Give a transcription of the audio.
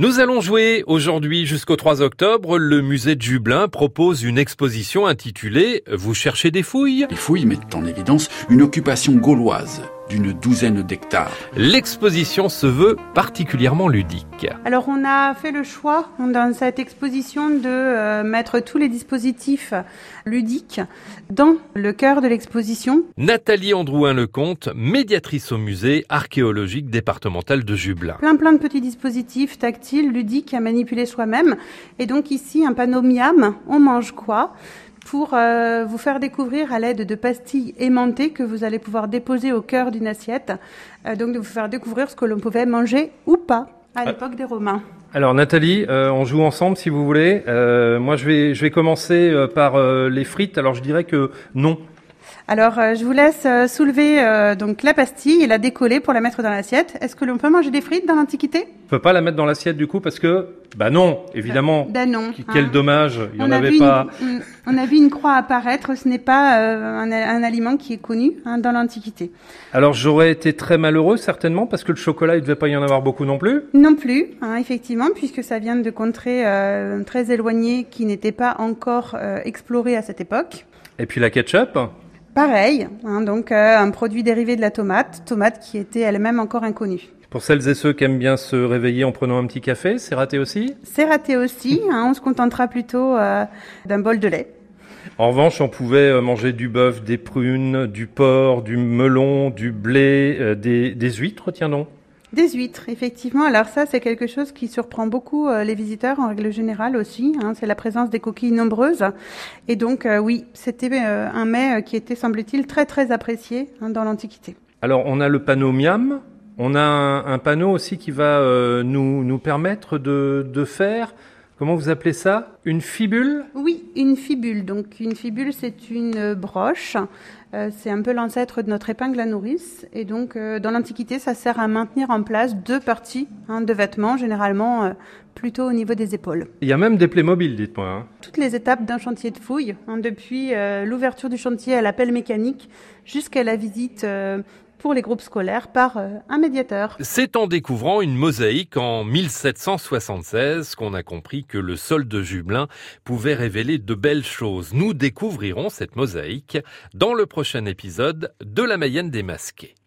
Nous allons jouer aujourd'hui jusqu'au 3 octobre. Le musée de Jublain propose une exposition intitulée « Vous cherchez des fouilles ?» Les fouilles mettent en évidence une occupation gauloise d'une douzaine d'hectares. L'exposition se veut particulièrement ludique. Alors on a fait le choix dans cette exposition de mettre tous les dispositifs ludiques dans le cœur de l'exposition. Nathalie Androuin-Lecomte, médiatrice au musée archéologique départemental de Jublain. Plein de petits dispositifs tactiles, ludiques à manipuler soi-même. Et donc ici un panneau Miam, on mange quoi ? Pour vous faire découvrir à l'aide de pastilles aimantées que vous allez pouvoir déposer au cœur d'une assiette. Donc de vous faire découvrir ce que l'on pouvait manger ou pas à l'époque des Romains. Alors Nathalie, on joue ensemble si vous voulez. Moi je vais commencer par les frites. Alors je dirais que non. Alors je vous laisse soulever donc la pastille et la décoller pour la mettre dans l'assiette. Est-ce que l'on peut manger des frites dans l'Antiquité ? On peut pas la mettre dans l'assiette du coup parce que non, évidemment. Non. Quel dommage, il y en avait pas. On a vu une croix apparaître, ce n'est pas un aliment qui est connu dans l'Antiquité. Alors j'aurais été très malheureux certainement parce que le chocolat il devait pas y en avoir beaucoup non plus. Non plus, effectivement, puisque ça vient de contrées très éloignées qui n'étaient pas encore explorées à cette époque. Et puis la ketchup ? Pareil, donc un produit dérivé de la tomate qui était elle-même encore inconnue. Pour celles et ceux qui aiment bien se réveiller en prenant un petit café, c'est raté aussi ? C'est raté aussi, on se contentera plutôt d'un bol de lait. En revanche, on pouvait manger du bœuf, des prunes, du porc, du melon, du blé, des huîtres, tiens donc. Des huîtres, effectivement. Alors ça, c'est quelque chose qui surprend beaucoup les visiteurs en règle générale aussi. C'est la présence des coquilles nombreuses. Et donc, oui, c'était un mets qui était, semble-t-il, très apprécié dans l'Antiquité. Alors, on a le panneau Miam. On a un panneau aussi qui va nous permettre de faire... Comment vous appelez ça ? Une fibule ? Oui, une fibule. Donc une fibule, c'est une broche. C'est un peu l'ancêtre de notre épingle à nourrice. Et donc dans l'Antiquité, ça sert à maintenir en place deux parties de vêtements, généralement plutôt au niveau des épaules. Il y a même des Playmobil, dites-moi. Toutes les étapes d'un chantier de fouilles, depuis l'ouverture du chantier à l'appel mécanique jusqu'à la visite pour les groupes scolaires par un médiateur. C'est en découvrant une mosaïque en 1776 qu'on a compris que le sol de Jublain pouvait révéler de belles choses. Nous découvrirons cette mosaïque dans le prochain épisode de La Mayenne démasquée.